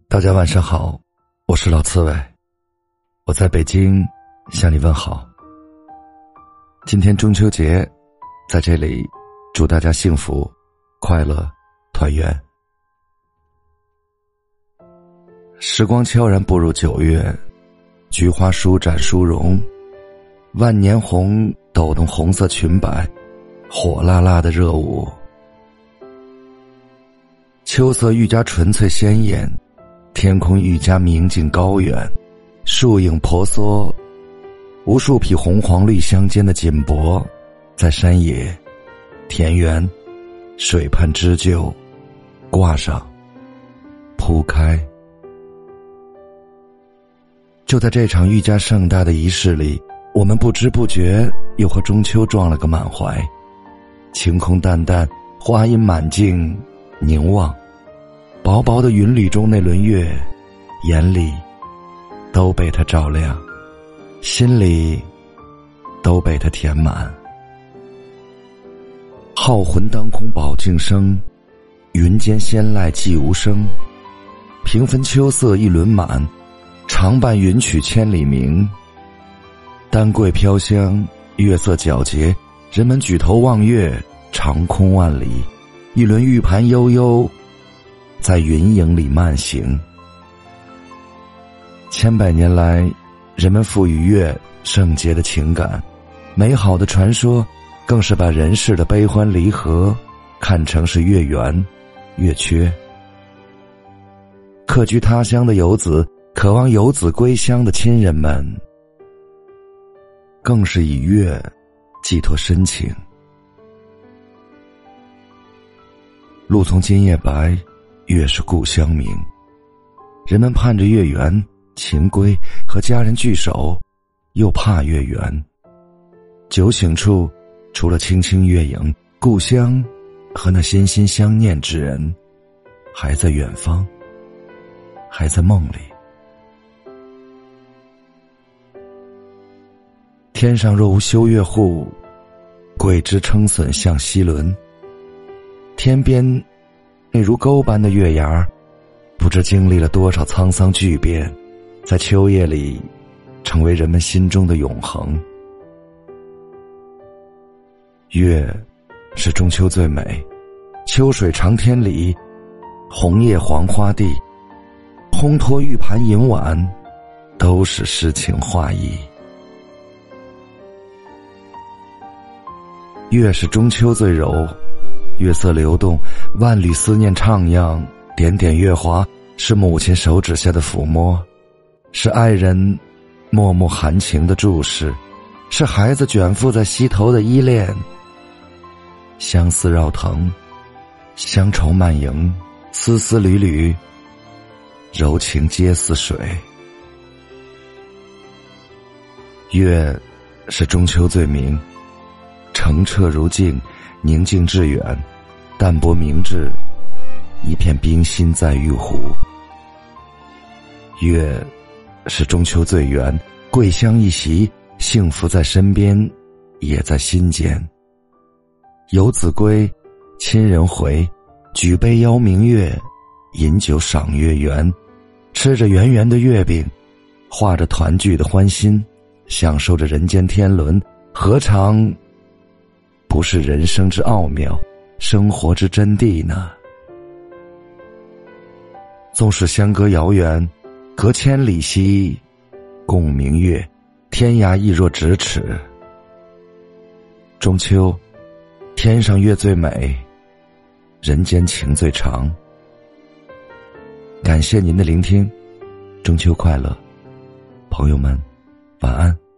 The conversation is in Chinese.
大家晚上好，我是老刺猬，我在北京向你问好。今天中秋节，在这里祝大家幸福、快乐、团圆。时光悄然步入9月，菊花舒展殊荣，万年红抖动红色裙摆，火辣辣的热舞。秋色愈加纯粹鲜艳，天空愈加明净高远，树影婆娑，无数匹红黄绿相间的锦帛，在山野、田园、水畔织就、挂上、铺开。就在这场愈加盛大的仪式里，我们不知不觉又和中秋撞了个满怀。晴空淡淡，花荫满径，凝望薄薄的云缕中那轮月，眼里都被它照亮，心里都被它填满。浩魂当空宝镜生，云间仙籁寂无声。平分秋色一轮满，长伴云曲千里鸣。丹桂飘香，月色皎洁，人们举头望月，长空万里，一轮玉盘悠悠在云影里慢行。千百年来，人们赋予月圣洁的情感，美好的传说更是把人世的悲欢离合看成是月圆月缺。客居他乡的游子，渴望游子归乡的亲人们，更是以月寄托深情。路从今夜白，月是故乡明。人们盼着月圆情归，和家人聚首，又怕月圆。酒醒处，除了轻轻月影，故乡和那心心相念之人还在远方，还在梦里。天上若无修月户，桂枝撑笋向西轮。天边那如钩般的月牙，不知经历了多少沧桑巨变，在秋夜里成为人们心中的永恒。月是中秋最美，秋水长天里，红叶黄花地，烘托玉盘银碗，都是诗情画意。月是中秋最柔，月色流动，万缕思念徜徉，点点月华是母亲手指下的抚摸，是爱人默默含情的注视，是孩子卷腹在膝头的依恋。相思绕藤，乡愁漫迎，丝丝缕缕，柔情皆似水。月是中秋最明，澄澈如镜，宁静致远，淡泊明志，一片冰心在玉壶。月是中秋最圆，桂香一袭，幸福在身边，也在心间。游子归，亲人回，举杯邀明月，饮酒赏月圆，吃着圆圆的月饼，画着团聚的欢心，享受着人间天伦，何尝不是人生之奥妙，生活之真谛呢？纵使相隔遥远，隔千里兮共明月，天涯亦若咫尺。中秋，天上月最美，人间情最长。感谢您的聆听，中秋快乐，朋友们，晚安。